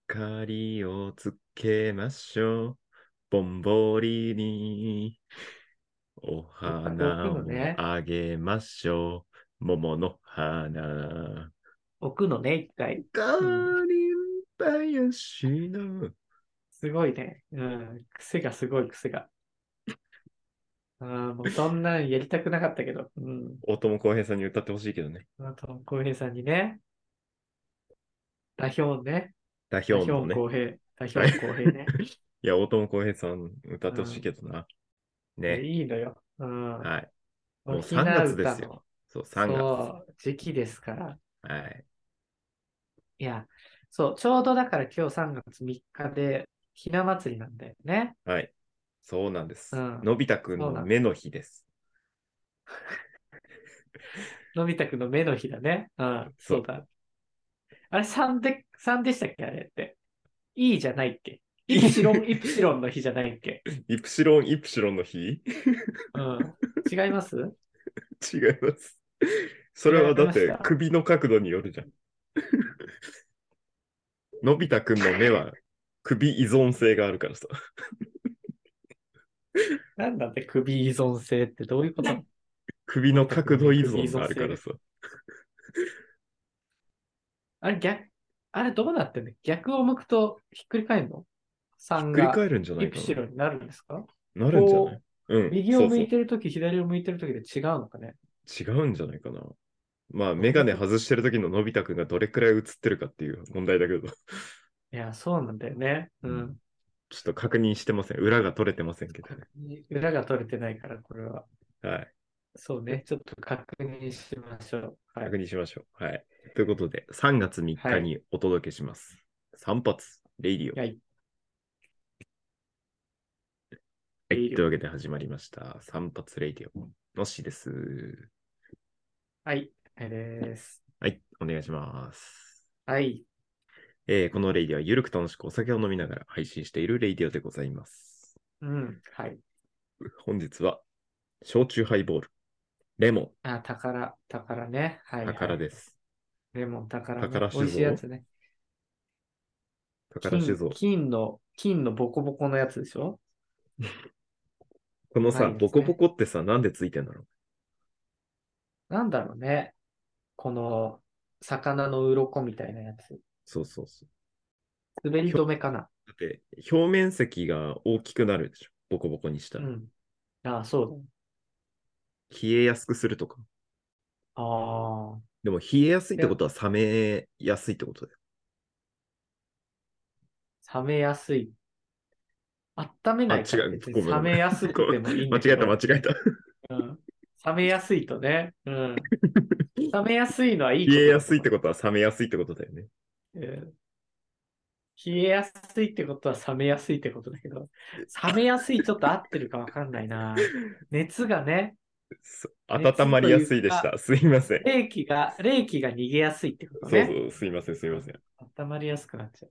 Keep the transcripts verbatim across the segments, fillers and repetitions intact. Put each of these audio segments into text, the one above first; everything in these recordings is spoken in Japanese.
かりをつけましょう。ぼんぼりにおそっか、置く花をのね。 あげましょう。桃の花。 置くのね、一回。 かうん。 りん林のすごいね。うん。癖がすごい癖が。あーもうそんなんやりたくなかったけど。うん。 大友康平さんに歌ってほしいけどね。 あと、浩平さんにね、ダヒョンね。 ダヒダヒョョンのね。 ン浩平。ダヒはい。 ョン浩平ね。 いや、大友康平さん歌ってほしいうん。 けどな。 いや、 ね。 いいのよ。うん。 はい。もう3 おひな月ですよ。 歌の、 そう、さんがつ。 そう、時期ですから。 はい。 いや、そう、ちょうどだから今日さんがつみっかで、ひな祭りなんだよね。 はい。そうなんです。 うん。 のび太くんそうなんだ。 の目の日です。 のび太くんの目の日だね。うん、 そう。 そうだ。あれさんで、さんでしたっけあれって。いいじゃないっけイプシロン、イプシロンの日じゃないっけ？ イプシロン、イプシロンの日うん。違います？ 違います。そ違いれはだってました。 首の角度によるじゃん。のび太くんの目は首依存性があるからさ。 なんだって首依存性ってどういうこと？ 首ののび太くんの目角度依首依存があ存性が。 るからさ。 あれ逆、あれどうなってんの？逆を向くとひっくり返るの？ ひっさん がくり返るんじゃなイプいかな。 シロンになるんですか？ なるんじゃなこい？うう、 ん、 右を向いそうそてるとき、左を向いてるときで違うのかね？ う。違うんじゃないかな。まあ、メガネどういうこと？ 外してる時ののび太くんがどれくらい映ってるかっていう問題だけど。 いや、そうなんだよね。 うん、 うん。 ちょっと確認してません。裏が取れてませんけどね。 確認裏が取れてないから、これは。 はい。 そうね。ちょっと確認しましょう。は確い。 認しましょう。はい。ということで、さんがつ3 はい。 日にお届けします。散髪、レイディオ。 はい。 はい。 いいよ。 というわけで始まりました。散髪レイディオ。のっしーです。 はい。あれです。 はい。お願いします。 はい。 えーこのレイディオはゆるく楽しくお酒を飲みながら配信しているレイディオでございます。 うん。はい。 本日は、焼酎ハイボール、レモン、 あ、宝、宝ね。はいはい。 宝です。 レモン宝ね。 宝美味しいや酒造つね。金、 宝酒造。 金の、金のボコボコのやつでしょ？うまこのさ、ボコボいやつね。 コってさ、なんでついてんだろう？ なんだろうね。この、魚の鱗みたいなやつ。 そうそうそう。 滑りひょ止めかな。 だって表面積が大きくなるでしょ。ボコボコにしたら。 うん。ああ、そうだね。 冷えやすくするとか。 ああ。 でも冷えやすいってこで、 とは冷めやすいってことだよ。 冷めやすい。温めあ、 ないから違う。 別にごめんごめん。 冷めやすこうくてもいいん間違えた間違だけど、 えた。 うん。冷めやすいとね、うん。冷めやすいのはいい冷えことだと思う。 やすいってことは冷めやすいってことだよね。 うん、冷えやすいってことは冷めやすいってことだけど、冷めやすいちょっと合ってるかわかんないな。熱がね、 そ温まりや熱というか、 すいでした。すいません。 冷気が、冷気が逃げやすいってことね。 そうそう、すいません、すいうん、 ません。 温まりやすくなっちゃう。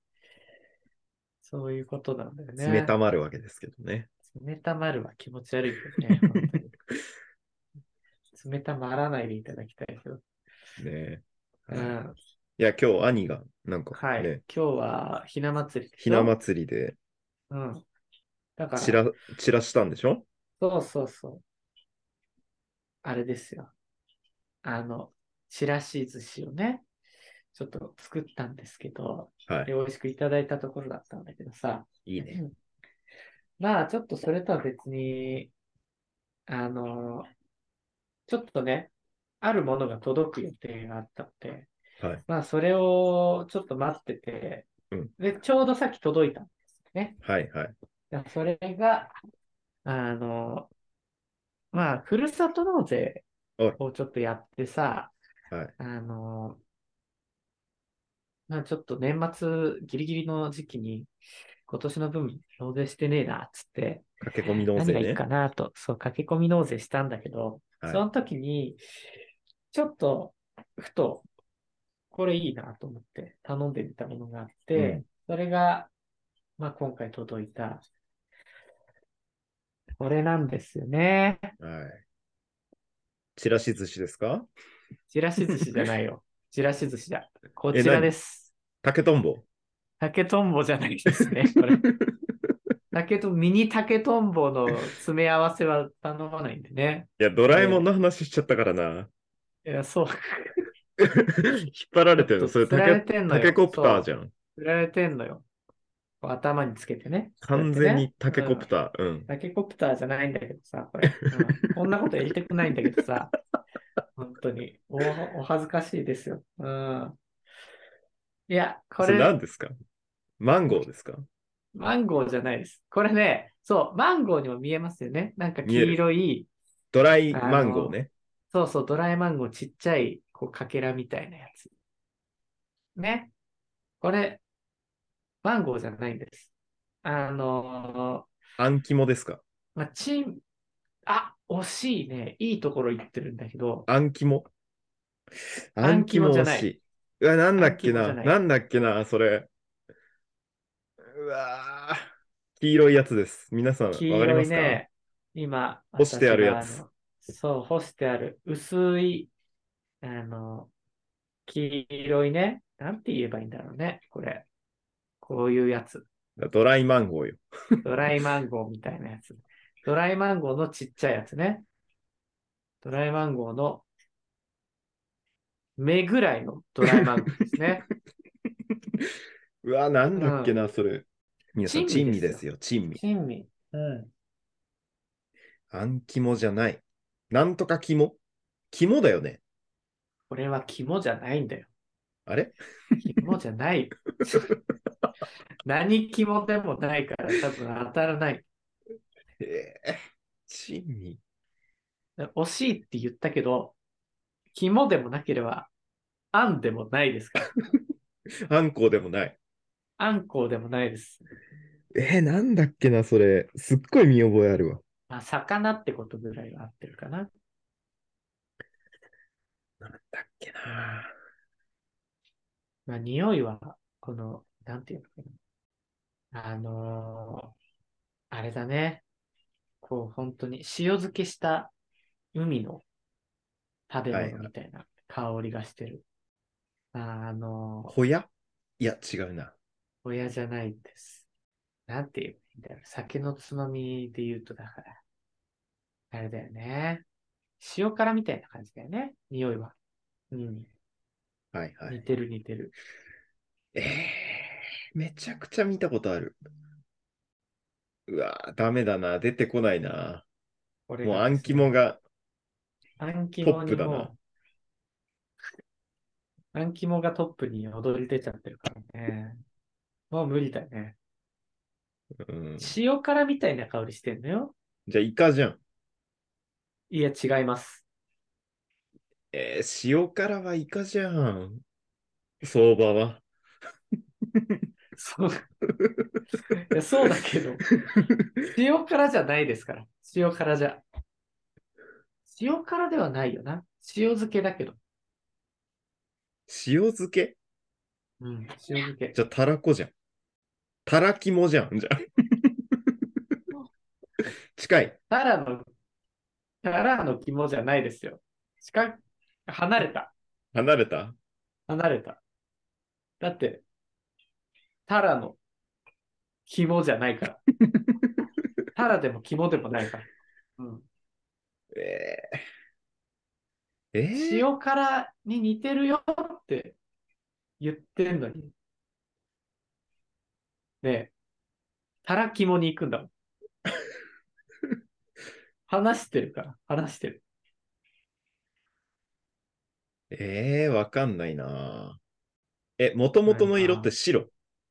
そういうことなんだよ冷たね。 まるわけですけどね。 冷たまるは気持ち悪いけどね、本当に。冷たまらないでいただきたいけど。 ね。はい。 うん。 いや、今日兄が、なんかはい。 ね、 今日はひな祭りでひなしょ？ 祭りでうん。だから、 散ら、散らしたんでしょ？ そうそうそう。あれですよ。あの、ちらし寿司をね、ちょっと作ったんですけど、 はい。 で、美味しくいただいたところだったんだけどさ、 いいね。 うん、まあ、ちょっとそれとは別に、あの、ちょっとね、あるものが届く予定があったので、 はい。 まあ、それをちょっと待ってて、 うん。 で、ちょうどさっき届いたんですね。 はいはい。 だからそれが、あの、まあ、ふるさと納税おい。 をちょっとやってさ、 はい。 あの、まあ、ちょっと年末ギリギリの時期に今年の分納税してねえな、っつって、 駆け込み納何がいい税ね。 かなと、そう、駆け込み納税したんだけど、 はい。 その時に、ちょっと、ふと、これいいなと思って頼んでみたものがあって、 うん。 それが、まあ、今回届いた、これなんですよね。 はい。ちらし寿司ですか？ ちらし寿司じゃないよ。ちらし寿司だ。こえ、 ちらで何？ す。 竹とんぼ？ 竹とんぼじゃないですね、これ。竹と、ミニ竹とんぼの詰め合わせは頼まないんでね。 いや、ドラえもんこれ、 の話しちゃったからな。 いや、そう。 引っ張らちょっれてるの。それと釣られタケ、 てんのよ。 タケコプターじそう。 ゃん。 釣られてんのよ。こう頭につけてね。こうやっ完全にてね。 タケコプうん。 ター。うん。 タケコプターじゃないんだけどさ、これ。うん。こんなことやりたくないんだけどさ、本当に。お、お恥ずかしいですよ。うん。いや、こそれ何れ、 ですか？マンゴーですか？ マンゴーじゃないです。これね、そう、マンゴーにも見えますよね。なんか黄見える。 色い、 ドライマンゴーあの、 ね。 そうそう、ドラえマンゴーちっちゃい、こう、かけらみたいなやつ。ね。これ、マンゴーじゃないんです。あのあん肝ですか？ まあ、チン、あ、惜しいね。いいところ行ってるんだけど、 あん肝。あんあん肝じ肝惜しゃない。 い。うわ、なんだあんっけ肝じゃない。 な。なんだっけな、それ。うわー、黄色いやつです。皆さん、わかり黄色ますか？ いね、今、 干してあ私るやつ。 があの、そう、干してある薄い、あの、黄色いね、なんて言えばいいんだろうね、これ。こういうやつ。 ドライマンゴーよ。 ドライマンゴーみたいなやつ。ドライマンゴーのちっちゃいやつね。ドライマンゴーの目ぐらいのドライマンゴーですね。 うわ、なんうん。 だっけな、それ。皆さん、 珍味ですよ。 珍味ですよ、珍味。 珍味。うん。 あん肝じゃない。なんとか肝。肝だよね。 これは肝じゃないんだよ。 あれ？ 肝じゃない。何肝でもないから多分当たらない。 えー、珍味。 惜しいって言ったけど、肝でもなければ、あんでもないですから。 あんこうでもない。 あんこうでもないです。 えー、なんだっけな、それ。すっごい見覚えあるわ。 まあ、魚ってことぐらいは合ってるかな。 なんだっけな。 うん。まあ、匂いは、この、なんていうのかな。あのーあれだね。こう、本当に塩漬けした海の食べはいはい。 物みたいな香りがしてる。あの小屋。いや、違うな。 ー親じゃないです。なんて言えばいいんだろう。酒のつまみで言うと、だから、あれだよね。塩辛みたいな感じだよね。匂いは。うん。 はいはい。 似てる似てる。 えー、めちゃくちゃ見たことある。うわー、ダメだな。出てこないな。 これがもうあんですね、 肝があんトッ肝にプだな。 もう、あん肝がトップに躍り出ちゃってるからね。もう無理だよね。 うん。 塩辛みたいな香りしてんのよ。 じゃあ、イカじゃん。 いや、違います。 えー、塩辛はイカじゃん。相場は。 そう、いや、そうだけど、塩辛じゃないですから。塩辛じゃ。塩辛ではないよな。塩漬けだけど。 塩漬け？ うん、塩漬け。 じゃあ、たらこじゃん。たら肝じゃん。じゃあ、近い。 タラの、タラの肝じゃないですよ。近く、離れた。 離れた？ 離れた。だって、タラの肝じゃないから。タラでも肝でもないから。うん。 えー、え塩辛に似てるよって言ってんのに。ね、タラ肝に行くんだもん。話してるから。話してる。 ー、えー、わかんないな。え、もともなとの色っていな。 白？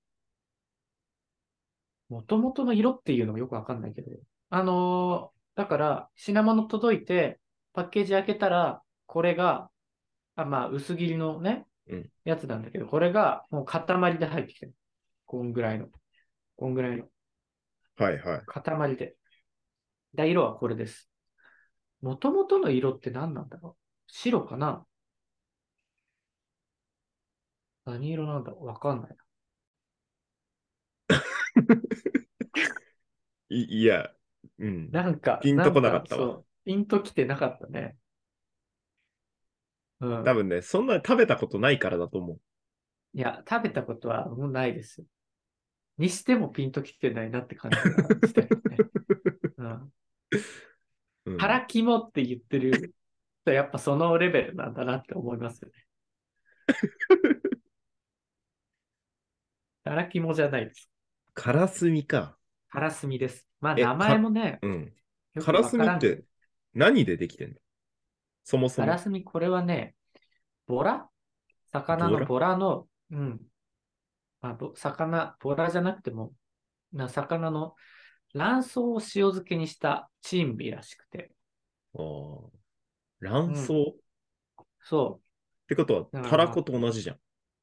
もともとの色っていうのもよくわかんないけど。あのーだから、品物届いて、パッケージ開けたら、これが、あ、まあ、薄切りのね、 うん。 やつなんだけど、これがもう塊で入ってきてる。こんぐらいの。こんぐらいの。 はいはい。 塊で。だ、色はこれです。もともとの色って何なんだろう。白かな？何色なんだろうわかんないな。 い、いや、うん。 なんか、 ピンとこなかなんか、 ったわ。 そう、ピンときてなかったね。うん。 多分ね、そんなに食べたことないからだと思う。 いや、食べたことはもうないです。にしてもピンときてないなって感じがしたけどね。うん。 うん。 腹肝って言ってると、やっぱそのレベルなんだなって思いますよね。腹肝じゃないです。 カラスミか。 カラスミです。まあ、 え、 名前か、 もね、 うん。 よくわカラスからんけど、 ミって何でできてんの？そもそも。 カラスミ、これはね、ボラ魚のボラボラの、うん、まあ、ぼ魚、ボラじゃなくても、な魚の卵巣を塩漬けにした珍味らしくて、 ああ、卵巣うん、 っそう。 てことは、 だからまあ、 タラコと同じじゃん。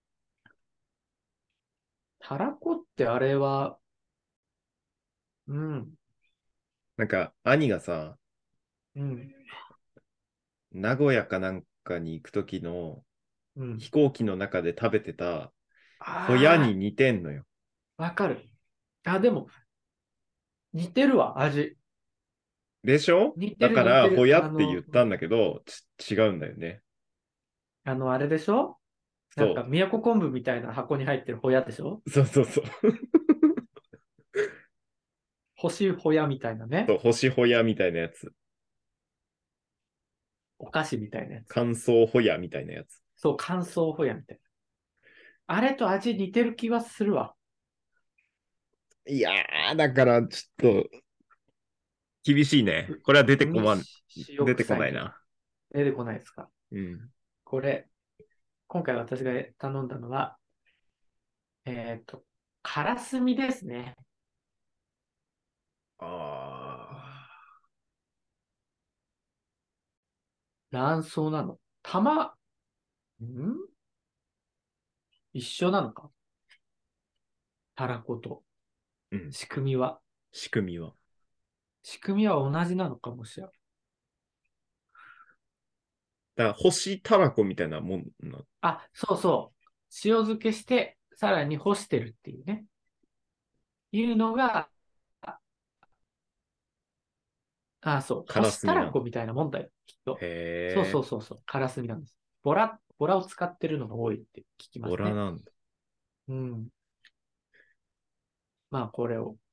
たらこってあれは、うん、 なんか、兄がさ、 うん、 名古屋かなんかに行くときのうん。 飛行機の中で食べてたホヤにあ似てんのよ。 あ、わかる。あ、でも、似てるわ、味。 でしょ？ 似てるだから、ホ似てる。 ヤって言あの、 ったんだけど、ち違うんだよね。 あの、あれでしょ？なんか、 そ宮古昆布みたいな箱に入ってるホヤでしょ？ う。そうそうそう。 干しホヤみたいなね。 そう、干しホヤみたいなやつ。 お菓子みたいなやつ。 乾燥ホヤみたいなやつ。 そう、乾燥ホヤみたいな。あれと味似てる気はするわ。 いやー、だからちょっと厳しいね。 うこれは出てこ海まん、 塩出てこ臭いね。 ないな。 出てこないですか？ うん。 これ、今回私が頼んだのは、えっと、カラスミですね。 あ卵巣なの。玉、ん一緒なのか？たらこと。 ー、うん。 仕組みは。 仕組みは。 仕組みは同じなのかもしれない。 だから、干したらこみたいなもんな。 あ、そうそう。塩漬けして、さらに干してるっていうね。いうのが、あ、そう。 カ干したラスミなんだ。 らこみたいなもんだよ。きっと。そうそへえ、 うそうそう。カラスミなんです。ボラ、ボラを使ってるのが多いって聞きまボすね。 ラなんだ。 うん。まあ、これを。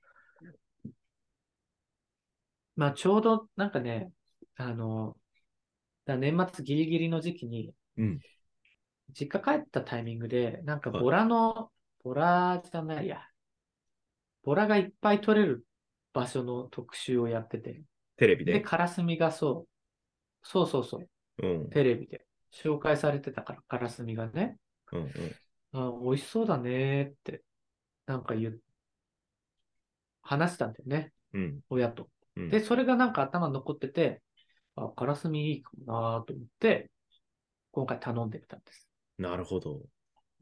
まあ、ちょうど、なんかね、あの、だ年末ギリギリの時期に、 うん。 実家帰ったタイミングで、なんかはい。 ボラの、ボラじゃないや、ボラがいっぱい取れる場所の特集をやってて、で、 テレビで。 カラスミがそう、そうそうそう、 うん。 テレビで紹介されてたから、カラスミがね、 うんうん。 あ、美味しそうだねって、なんか言う、話したんだよね、 うん。 親と。で、 うん。 それがなんか頭に残ってて、あ、カラスミいいかもなと思って、今回頼んでみたんです。 なるほど。 うん、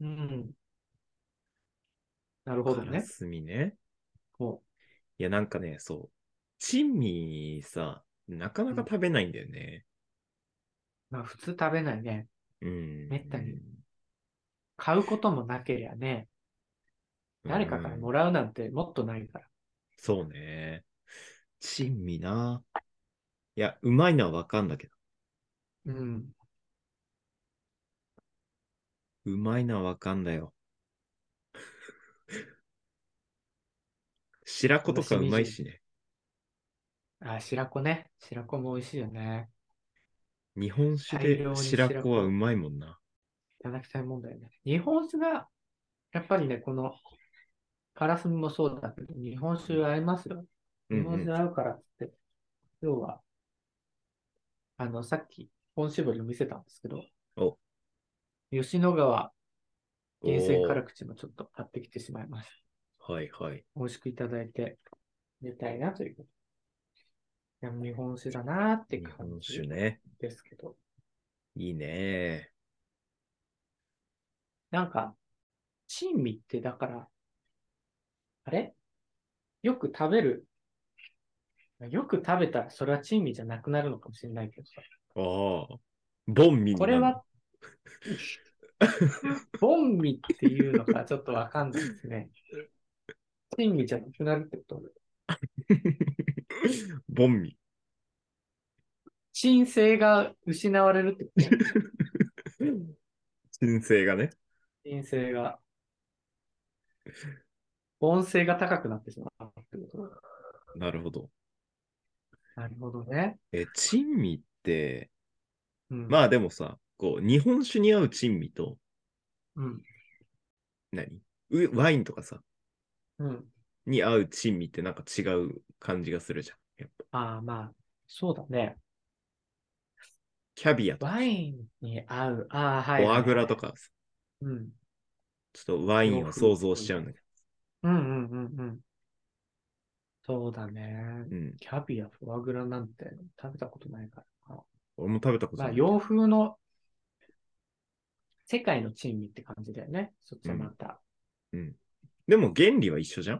なるほどね。 カラスミね。 もいや、なんかね、そう。珍味さ、なかなう、うん、 か食べないんだよね。 まあ普通食べないね。 うん。 めったに買うこともなければね、 う誰かからん。 もらうなんてもっとないから。 そうね。珍味な。いや、うまいのはわかんだけど。 うん。 うまいのはわかんだよ。白子とかうしみじみ。 まいしね。 あ、白子ね。白子も美味しいよね。 日本酒で大量に白白子子はうまいもんな。 いただきたいもんだよね。日本酒が、やっぱりね、このカラスミもそうだけど、日本酒合いますよ。日本うんうん。 酒合うからっつって、今日は、あの、さっき本搾りを見せたんですけど、 お、 吉野川お源泉辛ー、 口もちょっと買ってきてしまいました。 はいはい。 美味しくいただいて、寝たいなということ。いや、日本酒だなって日本感じ酒ね。 ですけど。 いいね。 なんか、珍味ってだから、あれよく食べる、よく食べたらそれは珍味じゃなくなるのかもしれないけどさ。 ああ、ボンミになるの。 これは、ボン味っていうのかちょっとわかんないですね。珍味じゃなくなるってこと？ ボンミ。 珍性が失われるってこと？ 申請がね。 品性が、音性が高くなってしまうってこと。 なるほど。 なるほどね。 え、珍味って、 うん。 まあでもさ、こう、日本酒に合う珍味と、 うん。 何うワインとかさ、 うん。 に合う珍味ってなんか違う感じがするじゃん。やっぱ。 ああ、まあ、そうだね。 キャビアとかさ、 ワインに合う。ああ、はいフォアグはいはい。 ラとかさ、 うん。 ちょっとワイ洋風っンを想像ぽいね。 しちゃうんだけうんうんうんうん。そうだね。 ど。うん。 キャビア、フォアグラなんて食べたことないからな。 俺も食べたこまあ、 とないけど。 洋風の世界の珍味って感じだよね。そっちうん。 はまた。 うん。でも原理は一緒じゃん。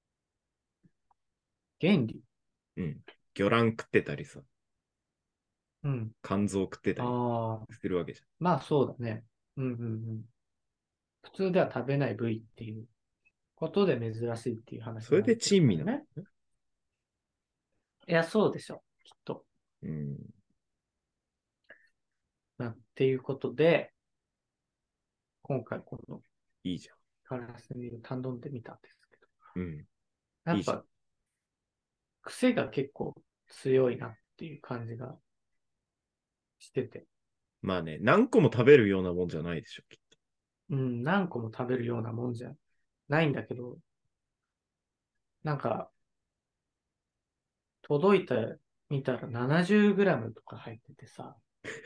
原理。 うん。魚卵食ってたりさ、 うん。 肝臓食ってたりああ、 するわけじまあそうだね。うんうんうん。普通では食べない部位っていうことで珍しいっていうゃん。それで話になるってこ珍味なのとだよね。 ね。 いや、そうでしょ。きっと。 うん。 まあ、っていうことで、今回このいいじカラスミを頼んでみたんですけど、 ゃん。うん。いいじゃん。 やっぱ癖が結構強いなっていう感じがしてて、 まあね、何個も食べるようなもんじゃないでしょ、きっと。 うん、何個も食べるようなもんじゃないんだけど、なんか届いてみたら ななじゅうグラム とか入っててさ、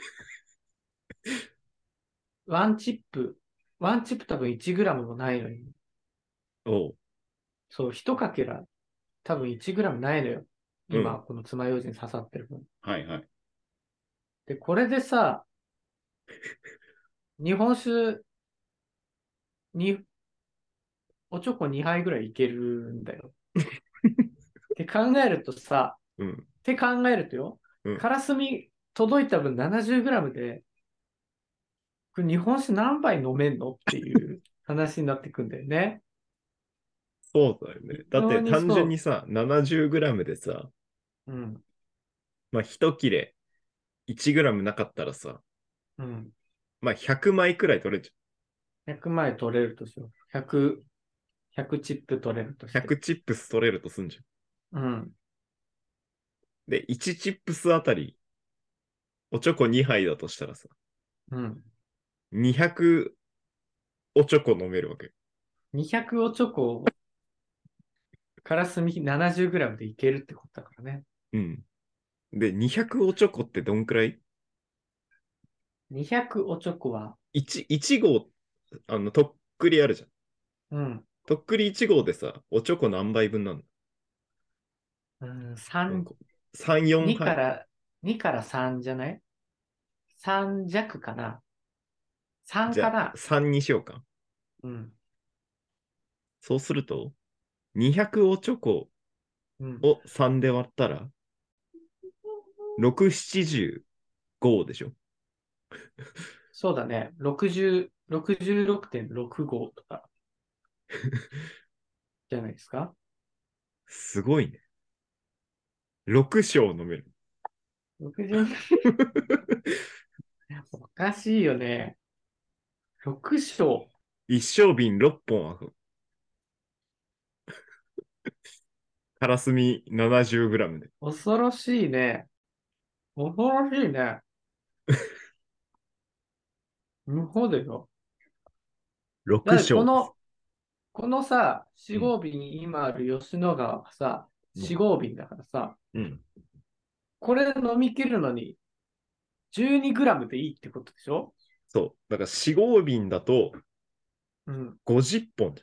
ワンチップ、ワンチップ多分いちグラムもないのに、 おう。 そう、一かけら多分いちグラムないのよ。今、 うん。 この爪楊枝に刺さってる分。 はいはい。 で、これでさ、日本酒に、おちょこにはいぐらいいけるんだよ。って考えるとさ、 うん。 って考えるとよ、 うん。 カラスミ届いた分 ななじゅうグラム で、これ日本酒何杯飲めんのっていう話になってくんだよね。 そうだよね。 非だって常に単純そにさ、ななじゅうグラム でさ、 う。うん。 まあ一切れいちグラムなかったらさ、 うん。 まあひゃくまいくらい取れちゃひゃくまい取れるとしよう。ひゃく、ひゃくチップ取れるとう。 して。 ひゃくチップス取れるとすんじゃん。 うん。 で、いちチップスあたりおちょこにはいだとしたらさ、 うん。 にひゃくおちょこ飲めるわけ。 にひゃくおチョコをカラスミ ななじゅうグラム でいけるってことだからね。 うん。で、にひゃくおちょこってどんくらい？ にひゃくおチョコは、 いち、いち号、あの、とっくりあるじゃん。 うん。 とっくりいち号でさ、おちょこ何杯分なの？ うん、さん、 なんかさん、4 にか杯ら、にからさんじゃない？ さん 弱かな？ さんじゃあ、 かな？ さんにしようか。 うん。 そうすると、にひゃくおちょこうん。 をさんで割ったら、ろく、ななじゅうごでしょ？ そうだね。ろくじゅう、ろくじゅうろくてんろくごとかじゃないですか？ すごいね。ろく升飲める。 ろくじゅう、おかしいよね。ろく升。 一升瓶ろっぽんある。カラスミ ななじゅうグラム で。 恐ろしいね。恐ろしいね。無法でよ。 6 だってこ升です。 の、このさ、 うん。 よん号瓶、今ある吉野川はさ、 うん。 よん号瓶だからさ、 うん。 これ飲み切るのに じゅうにグラム でいいってことでしょ？ そう。だからよん号瓶だとうん。 ごじゅっぽんじ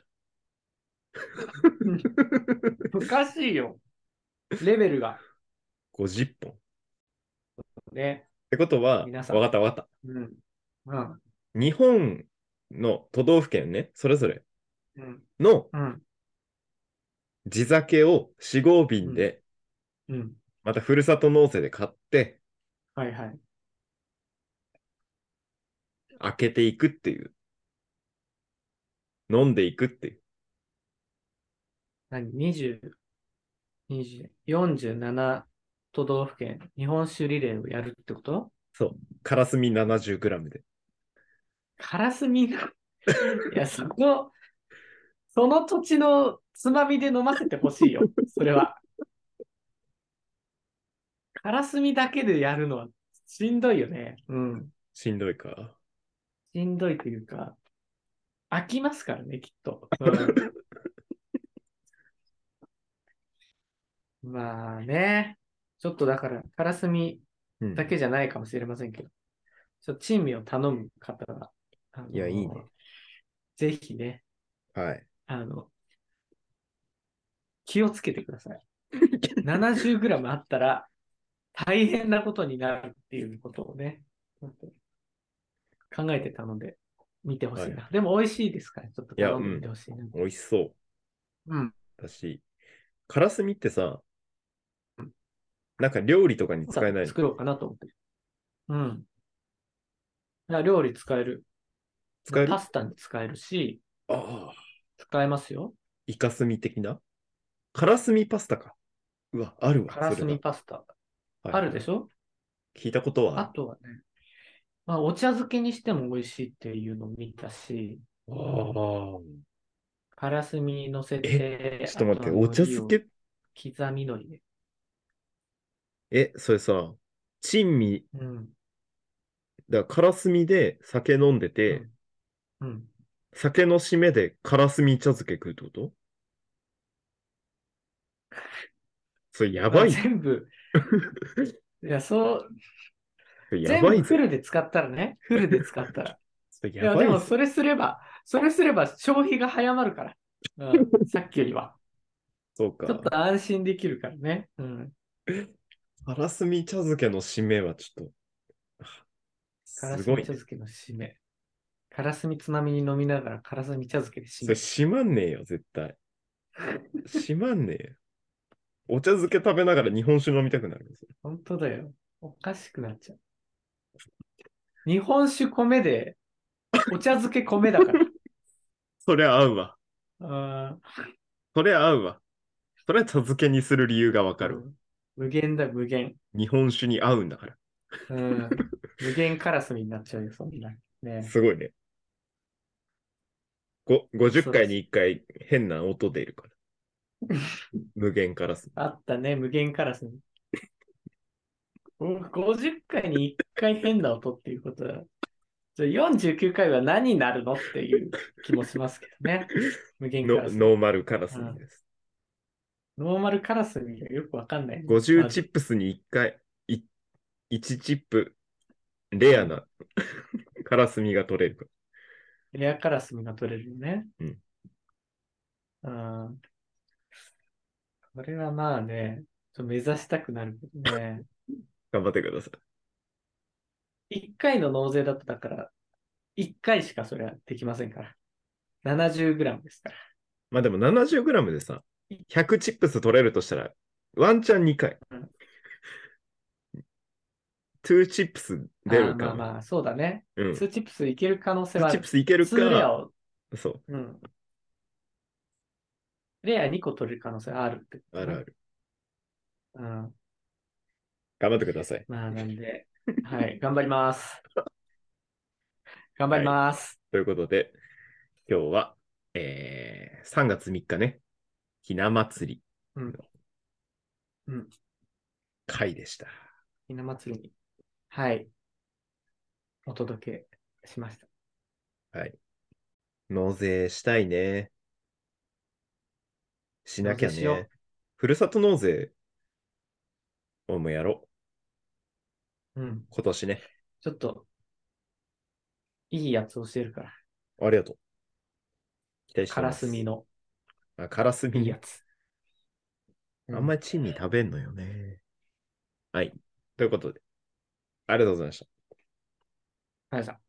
おかしいよ。レベルが。 ごじゅっぽん。っね。 てことは、 皆さん。 わかったわかっうん。うん。 た。日本の都道府県ね、それぞれうん。 のうん。 地酒をよん号うん。 瓶で、 うん。 またふるさと納税で買って、 はいはい。 開けていくっていう、飲んでいくっていう。 何？ にじゅう、にじゅう、よんじゅうなな都道府県日本酒リレーをやるってこと？ そう。カラスミ ななじゅうグラム で。 カラスミいや、そこ、その土地のつまみで飲ませてほしいよ。それは。からすみだけでやるのはしんどいよね。うん。 しんどいか。 しんどいというか、飽きますからね、きっと。うん。まあね。ちょっとだから、からすみうん。 だけじゃないかもしれませんけど、ちょっと珍味を頼む方は、あいや、いいね。 のぜひね、 はい。 あの、気をつけてください。ななじゅうグラムあったら大変なことになるっていうことをね、本当に考えてたので、見てほはい。 しいな。でも美味しいですから、ちょっといや、 頼んでみてうん。 ほしいな。 美味しそううん。 だし、カラスミってさ、なんか料理とかに使えないの？ 作ろうかなと思って。うん。いや料理使える。 使える？ パスタに使えるし、 ああ、 使えますよ。 イカスミ的なカラスミパスタか。うわ、あるわ、 からすそれだ。 みパスタ。 はいはい。 あるでしょ？ 聞いたことはあある。 とはね、まあ、お茶漬けにしても美味しいっていうのを見たし、 ああ。 からすみ乗せえ、 て、あとはちょっと待って、お海苔を、 茶漬け、 刻み海苔で。 え、それさ、珍味、 うん、 だからカラスミで酒飲んでて、 うん、うん。 酒の締めでカラスミ茶漬け食うってこと？それやまあ、 ばいね。 全部、いや、そう、 それや全部ばいぜ。 フルで使ったらね、フルで使ったら。 それいや、でやばいぜ。 もそれすれば、それすれば消費が早まるから。うん、さっきよりは。 そうか。 ちょっと安心できるからね。うん。 カラスミ茶漬けの締めはちょっと、あからすごいね。 すみ茶漬けの締め。からすみつまみに飲みながらからすみ茶漬けで締それめる。 閉まんねえよ、絶対。閉まんねえよ。お茶漬け食べながら日本酒飲みたくなるんですよ。 本当だよ。おかしくなっちゃう。日本酒米で、お茶漬け米だから。 そりゃ合うわ。 あそりゃ合うわ。それは茶漬けにする理由がわかるわ。 うん、無限だ、無限。 日本酒に合うんだから。 うん。無限カラスミになっちゃうよ、そんな。ね。 すごいね。ご50回に恐ろしい。 いっかい変な音出るから。無限カラス。 あったね、無限カラスミ。ごじゅっかいにいっかい変な音っていうことは、じゃあよんじゅうきゅうかいは何になるのっていう気もしますけどね。無限カのラスミ。 ノーマルカラうん。 スミです。 ノーマルカラスミがよくわかんないね。 ごじゅうまず。 チップスにいっかい、いいちチップ、レうん。 アなカラスミが取れるかレアカラスミが取れるよね。 ら。うん。 うん。これはまあね、ちょっと目指したくなるけどね。 頑張ってください。 いっかいの納税だとだから、いっかいしかそれはできませんから。ななじゅうグラムですから。 まあでも ななじゅうグラム でさ、ひゃくチップス取れるとしたら、ワンチャンにかい。 うん、 にチップス出ああ、 るか。 まあまあ、そうだね。 うん。 にチップスいける可能性にはある。 チップスいけるか、 にレアを、 そうん。レアにこ取れる可能性あるってこう、 とね。 あるある。 うん。 頑張ってください。 まあ、なんで、はい、頑張ります。頑張りはい。 ます。 ということで、今日は、えー、さんがつみっかね、ひな祭りうん。 のうん。 回でした。 ひな祭りに、はい、お届けしました。 はい。納税したいね。しな納きゃね。 税しよふるさと納税をもやろう。うん。 う。今年ね。 ちょっと、いいやつ教えるから。 ありがとう。期待してカラます。 スミのあ、カラスミね。 いいやつ。うん。 あんまり珍味食べんのよね。はい。ということで、ありがとうございました。 はい、さん。